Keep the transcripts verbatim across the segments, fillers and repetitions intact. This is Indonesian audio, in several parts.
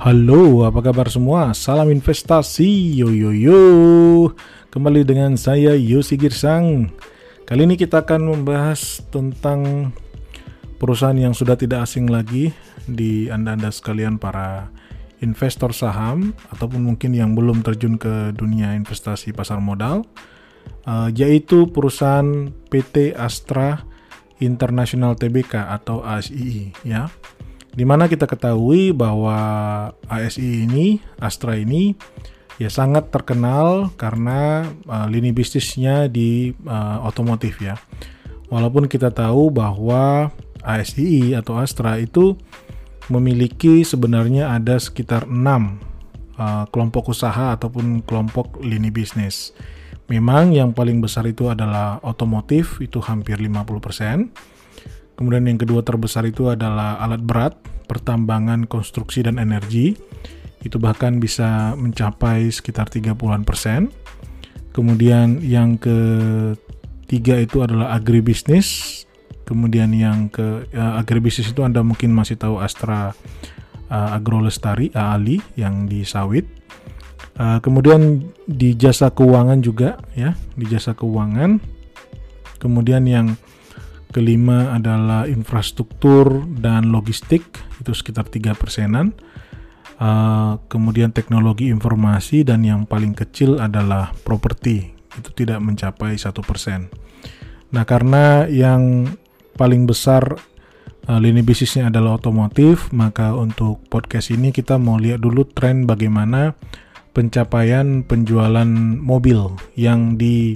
Halo, apa kabar semua? Salam investasi, yo yo yo. Kembali dengan saya Yosi Girsang. Kali ini kita akan membahas tentang perusahaan yang sudah tidak asing lagi di anda-anda sekalian para investor saham ataupun mungkin yang belum terjun ke dunia investasi pasar modal, uh, yaitu perusahaan P T Astra International Tbk atau A S I I, ya. Dimana kita ketahui bahwa A S I I ini, Astra ini, ya sangat terkenal karena uh, lini bisnisnya di uh, otomotif, ya. Walaupun kita tahu bahwa A S I I atau Astra itu memiliki sebenarnya ada sekitar enam uh, kelompok usaha ataupun kelompok lini bisnis. Memang yang paling besar itu adalah otomotif, itu hampir lima puluh persen. Kemudian yang kedua terbesar itu adalah alat berat, pertambangan, konstruksi, dan energi. Itu bahkan bisa mencapai sekitar tiga puluhan persen. Kemudian yang ketiga itu adalah agribisnis. Kemudian yang ke uh, agribisnis itu Anda mungkin masih tahu Astra uh, Agrolestari, A A L I yang di sawit. Uh, kemudian di jasa keuangan juga, ya, di jasa keuangan. Kemudian yang kelima adalah infrastruktur dan logistik, itu sekitar tiga persenan. Uh, kemudian teknologi informasi dan yang paling kecil adalah properti, itu tidak mencapai satu persen. Nah, karena yang paling besar uh, lini bisnisnya adalah otomotif, maka untuk podcast ini kita mau lihat dulu tren bagaimana pencapaian penjualan mobil yang di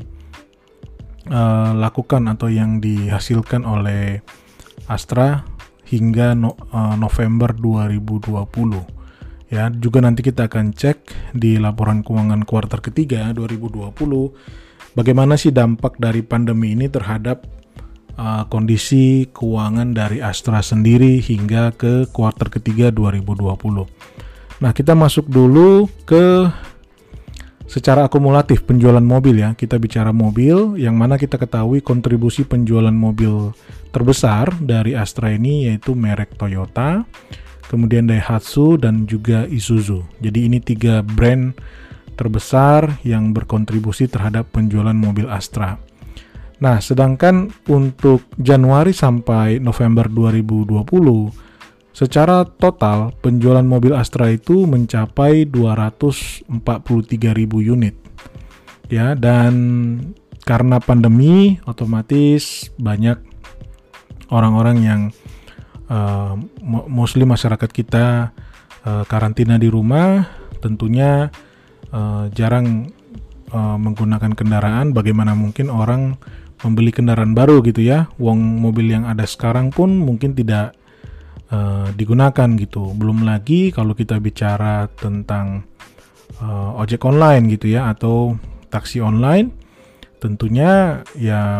Uh, lakukan atau yang dihasilkan oleh Astra hingga no, uh, November dua ribu dua puluh. Ya, juga nanti kita akan cek di laporan keuangan kuartal ketiga dua ribu dua puluh bagaimana sih dampak dari pandemi ini terhadap uh, kondisi keuangan dari Astra sendiri hingga ke kuartal ketiga dua ribu dua puluh. Nah, kita masuk dulu ke secara akumulatif penjualan mobil, ya. Kita bicara mobil, yang mana kita ketahui kontribusi penjualan mobil terbesar dari Astra ini yaitu merek Toyota, kemudian Daihatsu, dan juga Isuzu. Jadi ini tiga brand terbesar yang berkontribusi terhadap penjualan mobil Astra. Nah, sedangkan untuk Januari sampai November dua ribu dua puluh, secara total penjualan mobil Astra itu mencapai dua ratus empat puluh tiga ribu unit. Ya, dan karena pandemi otomatis banyak orang-orang yang uh, mostly masyarakat kita uh, karantina di rumah, tentunya uh, jarang uh, menggunakan kendaraan. Bagaimana mungkin orang membeli kendaraan baru gitu, ya? Wong mobil yang ada sekarang pun mungkin tidak Uh, digunakan gitu. Belum lagi kalau kita bicara tentang uh, ojek online gitu, ya, atau taksi online, tentunya ya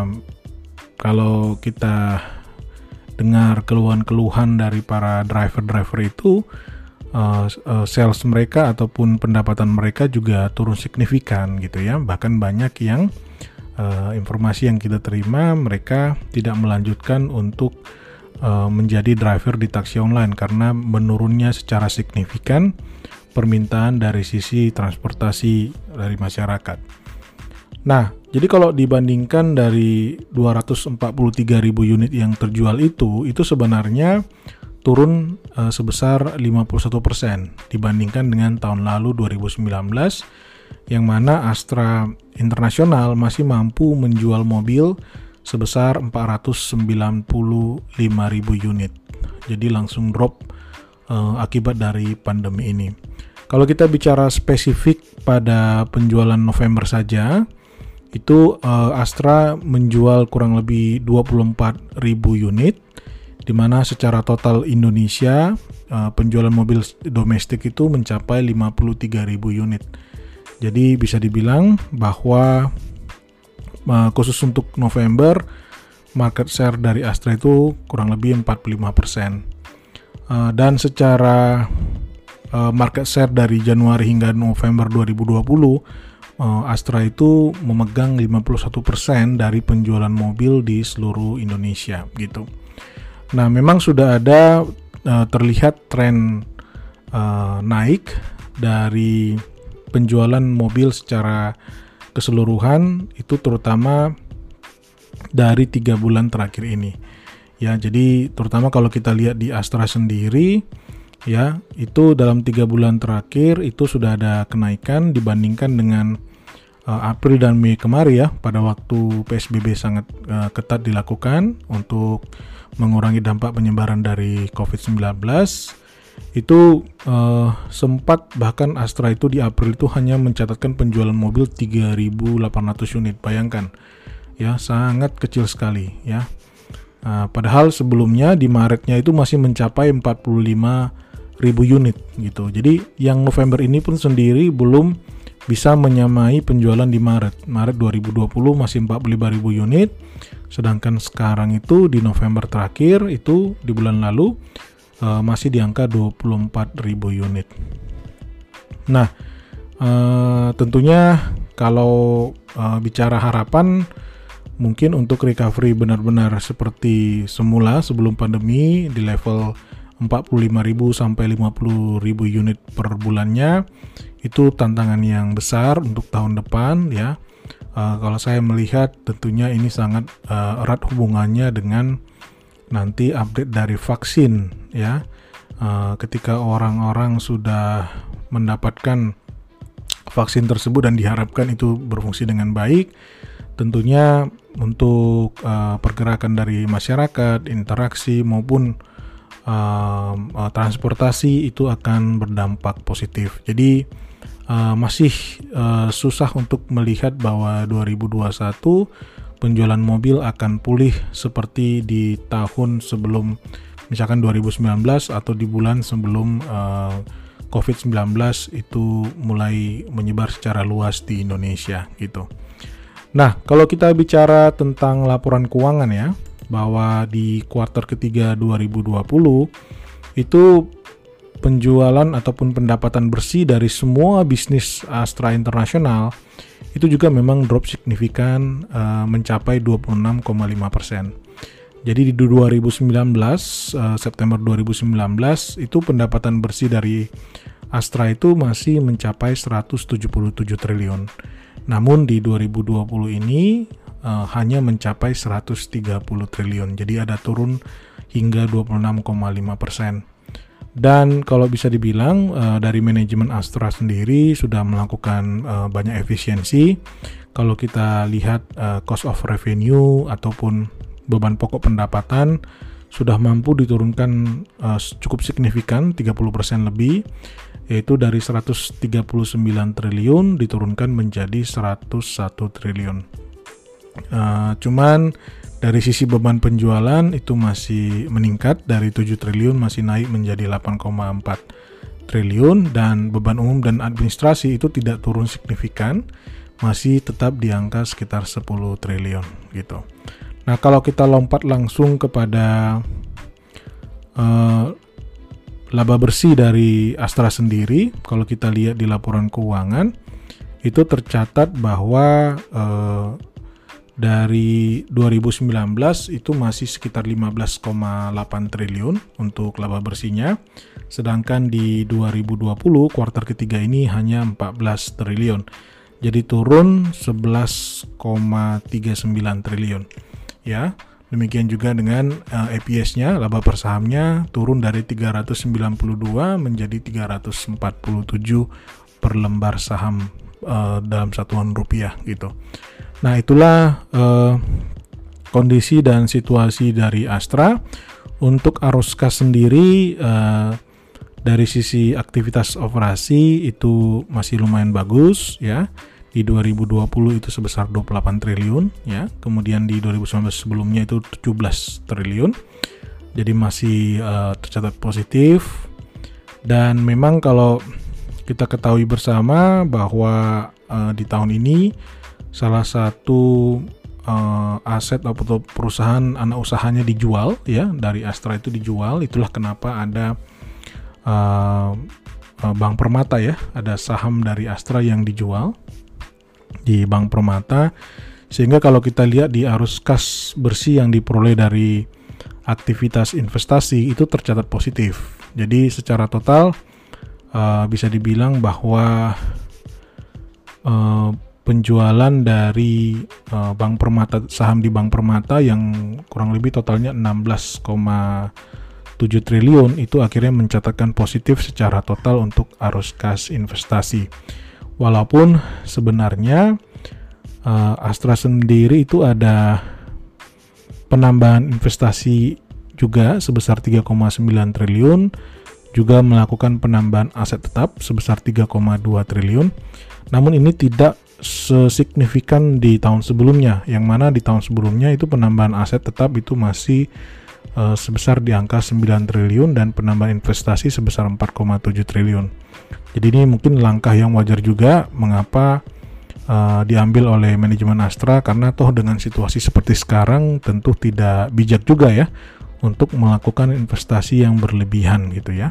kalau kita dengar keluhan-keluhan dari para driver-driver itu, uh, uh, sales mereka ataupun pendapatan mereka juga turun signifikan gitu, ya. Bahkan banyak yang uh, informasi yang kita terima mereka tidak melanjutkan untuk menjadi driver di taksi online karena menurunnya secara signifikan permintaan dari sisi transportasi dari masyarakat. Nah, jadi kalau dibandingkan dari dua ratus empat puluh tiga ribu unit yang terjual itu, itu sebenarnya turun uh, sebesar lima puluh satu persen dibandingkan dengan tahun lalu dua ribu sembilan belas, yang mana Astra International masih mampu menjual mobil sebesar empat ratus sembilan puluh lima ribu unit. Jadi langsung drop uh, akibat dari pandemi ini. Kalau kita bicara spesifik pada penjualan November saja, itu uh, Astra menjual kurang lebih dua puluh empat ribu unit, di mana secara total Indonesia uh, penjualan mobil domestik itu mencapai lima puluh tiga ribu unit. Jadi bisa dibilang bahwa Uh, khusus untuk November, market share dari Astra itu kurang lebih empat puluh lima persen. Uh, dan secara uh, market share dari Januari hingga November dua ribu dua puluh, uh, Astra itu memegang lima puluh satu persen dari penjualan mobil di seluruh Indonesia gitu. Nah, memang sudah ada uh, terlihat tren uh, naik dari penjualan mobil secara keseluruhan, itu terutama dari tiga bulan terakhir ini. Ya, jadi terutama kalau kita lihat di Astra sendiri, ya itu dalam tiga bulan terakhir itu sudah ada kenaikan dibandingkan dengan uh, April dan Mei kemarin ya, pada waktu P S B B sangat uh, ketat dilakukan untuk mengurangi dampak penyebaran dari covid sembilan belas. Itu uh, sempat bahkan Astra itu di April itu hanya mencatatkan penjualan mobil tiga ribu delapan ratus unit. Bayangkan ya, sangat kecil sekali ya. Uh, padahal sebelumnya di Maretnya itu masih mencapai empat puluh lima ribu unit gitu. Jadi yang November ini pun sendiri belum bisa menyamai penjualan di Maret. Maret dua ribu dua puluh masih empat puluh lima ribu unit, sedangkan sekarang itu di November terakhir itu di bulan lalu uh, masih di angka dua puluh empat ribu unit. Nah, uh, tentunya kalau uh, bicara harapan, mungkin untuk recovery benar-benar seperti semula sebelum pandemi di level empat puluh lima ribu sampai lima puluh ribu unit per bulannya, itu tantangan yang besar untuk tahun depan ya. Uh, kalau saya melihat tentunya ini sangat uh, erat hubungannya dengan nanti update dari vaksin ya. Uh, ketika orang-orang sudah mendapatkan vaksin tersebut dan diharapkan itu berfungsi dengan baik, tentunya untuk uh, pergerakan dari masyarakat, interaksi maupun uh, uh, transportasi itu akan berdampak positif. Jadi uh, masih uh, susah untuk melihat bahwa dua ribu dua puluh satu penjualan mobil akan pulih seperti di tahun sebelum, misalkan dua ribu sembilan belas atau di bulan sebelum uh, covid sembilan belas itu mulai menyebar secara luas di Indonesia gitu. Nah, kalau kita bicara tentang laporan keuangan ya, bahwa di kuartal ketiga dua ribu dua puluh itu penjualan ataupun pendapatan bersih dari semua bisnis Astra International itu juga memang drop signifikan, uh, mencapai dua puluh enam koma lima persen. Jadi di dua ribu sembilan belas, uh, September dua ribu sembilan belas itu pendapatan bersih dari Astra itu masih mencapai seratus tujuh puluh tujuh triliun. Namun di dua ribu dua puluh ini uh, hanya mencapai seratus tiga puluh triliun. Jadi ada turun hingga dua puluh enam koma lima persen. Dan kalau bisa dibilang uh, dari manajemen Astra sendiri sudah melakukan uh, banyak efisiensi. Kalau kita lihat uh, cost of revenue ataupun beban pokok pendapatan sudah mampu diturunkan uh, cukup signifikan, tiga puluh persen lebih, yaitu dari seratus tiga puluh sembilan triliun diturunkan menjadi seratus satu triliun. Uh, cuman dari sisi beban penjualan itu masih meningkat, dari tujuh triliun masih naik menjadi delapan koma empat triliun, dan beban umum dan administrasi itu tidak turun signifikan, masih tetap di angka sekitar sepuluh triliun gitu. Nah, kalau kita lompat langsung kepada uh, laba bersih dari Astra sendiri, kalau kita lihat di laporan keuangan itu tercatat bahwa eh, dari dua ribu sembilan belas itu masih sekitar lima belas koma delapan triliun untuk laba bersihnya, sedangkan di dua ribu dua puluh kuartal ketiga ini hanya empat belas triliun, jadi turun sebelas koma tiga sembilan triliun ya. Demikian juga dengan uh, E P S-nya, laba per sahamnya turun dari tiga ratus sembilan puluh dua menjadi tiga ratus empat puluh tujuh per lembar saham uh, dalam satuan rupiah gitu. Nah, itulah uh, kondisi dan situasi dari Astra. Untuk arus kas sendiri uh, dari sisi aktivitas operasi itu masih lumayan bagus ya. Di dua ribu dua puluh itu sebesar dua puluh delapan triliun ya. Kemudian di dua ribu sembilan belas sebelumnya itu tujuh belas triliun. Jadi masih uh, tercatat positif. Dan memang kalau kita ketahui bersama bahwa uh, di tahun ini salah satu uh, aset atau perusahaan anak usahanya dijual ya, dari Astra itu dijual. Itulah kenapa ada uh, uh, Bank Permata ya, ada saham dari Astra yang dijual di Bank Permata, sehingga kalau kita lihat di arus kas bersih yang diperoleh dari aktivitas investasi itu tercatat positif. Jadi secara total uh, bisa dibilang bahwa uh, penjualan dari uh, Bank Permata, saham di Bank Permata yang kurang lebih totalnya enam belas koma tujuh triliun itu akhirnya mencatatkan positif secara total untuk arus kas investasi. Walaupun sebenarnya uh, Astra sendiri itu ada penambahan investasi juga sebesar tiga koma sembilan triliun, juga melakukan penambahan aset tetap sebesar tiga koma dua triliun. Namun ini tidak sesignifikan di tahun sebelumnya, yang mana di tahun sebelumnya itu penambahan aset tetap itu masih uh, sebesar di angka sembilan triliun dan penambahan investasi sebesar empat koma tujuh triliun. Jadi ini mungkin langkah yang wajar juga mengapa uh, diambil oleh manajemen Astra, karena toh dengan situasi seperti sekarang tentu tidak bijak juga ya untuk melakukan investasi yang berlebihan gitu ya.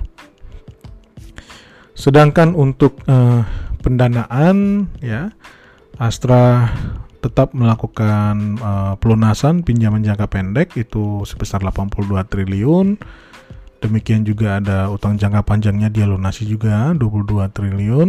Sedangkan untuk uh, pendanaan ya, Astra tetap melakukan uh, pelunasan pinjaman jangka pendek itu sebesar delapan puluh dua triliun. Demikian juga ada utang jangka panjangnya dia lunasi juga dua puluh dua triliun.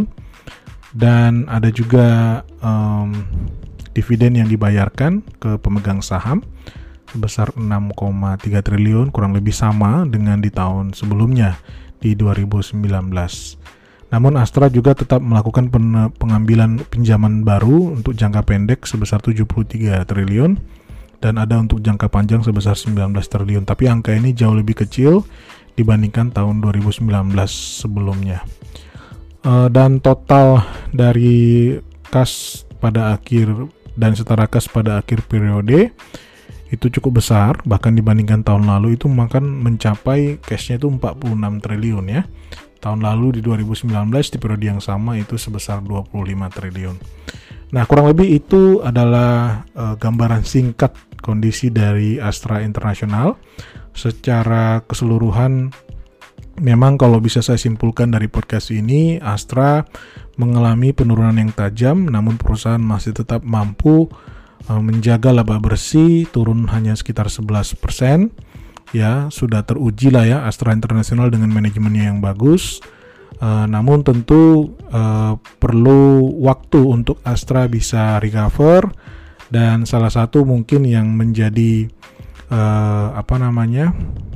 Dan ada juga um, dividen yang dibayarkan ke pemegang saham sebesar enam koma tiga triliun, kurang lebih sama dengan di tahun sebelumnya di dua ribu sembilan belas. Namun Astra juga tetap melakukan pen- pengambilan pinjaman baru untuk jangka pendek sebesar tujuh puluh tiga triliun dan ada untuk jangka panjang sebesar sembilan belas triliun. Tapi angka ini jauh lebih kecil dibandingkan tahun dua ribu sembilan belas sebelumnya. Uh, dan total dari kas pada akhir dan setara kas pada akhir periode itu cukup besar, bahkan dibandingkan tahun lalu itu makan mencapai cashnya itu empat puluh enam triliun ya. Tahun lalu di dua ribu sembilan belas di periode yang sama itu sebesar dua puluh lima triliun. Nah, kurang lebih itu adalah uh, gambaran singkat kondisi dari Astra International. Secara keseluruhan memang kalau bisa saya simpulkan dari podcast ini, Astra mengalami penurunan yang tajam, namun perusahaan masih tetap mampu uh, menjaga laba bersih turun hanya sekitar sebelas persen. Ya, sudah teruji lah ya Astra International dengan manajemennya yang bagus. Uh, namun tentu uh, perlu waktu untuk Astra bisa recover, dan salah satu mungkin yang menjadi uh, apa namanya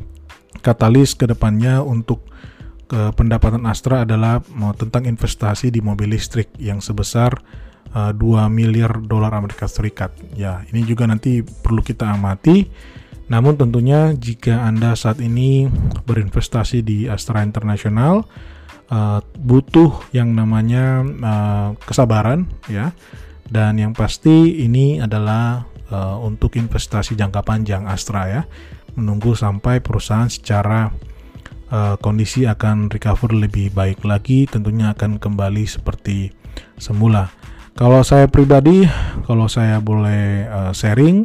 katalis ke depannya untuk uh, pendapatan Astra adalah uh, tentang investasi di mobil listrik yang sebesar uh, dua miliar dolar Amerika Serikat. Ya, ini juga nanti perlu kita amati. Namun tentunya jika Anda saat ini berinvestasi di Astra International, uh, butuh yang namanya uh, kesabaran ya. Dan yang pasti ini adalah uh, untuk investasi jangka panjang Astra ya. Menunggu sampai perusahaan secara uh, kondisi akan recover lebih baik lagi, tentunya akan kembali seperti semula. Kalau saya pribadi, kalau saya boleh uh, sharing,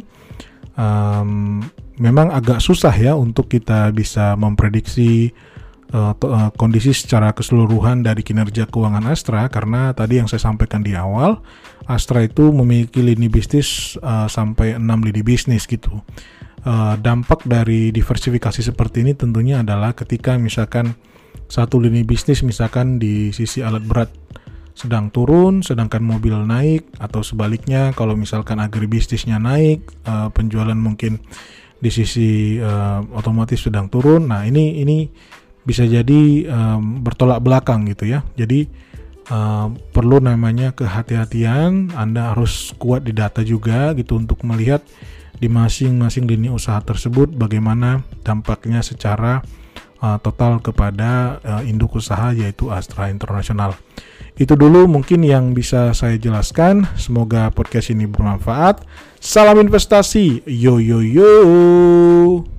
um, memang agak susah ya untuk kita bisa memprediksi uh, to, uh, kondisi secara keseluruhan dari kinerja keuangan Astra, karena tadi yang saya sampaikan di awal, Astra itu memiliki lini bisnis uh, sampai enam lini bisnis gitu. Uh, dampak dari diversifikasi seperti ini tentunya adalah ketika misalkan satu lini bisnis misalkan di sisi alat berat sedang turun, sedangkan mobil naik, atau sebaliknya kalau misalkan agribisnisnya naik, uh, penjualan mungkin di sisi uh, otomotif sedang turun. Nah, ini ini bisa jadi um, bertolak belakang gitu ya. Jadi uh, perlu namanya kehati-hatian. Anda harus kuat di data juga gitu untuk melihat di masing-masing lini usaha tersebut bagaimana dampaknya secara uh, total kepada uh, induk usaha yaitu Astra International. Itu dulu mungkin yang bisa saya jelaskan. Semoga podcast ini bermanfaat. Salam investasi. Yo yo yo.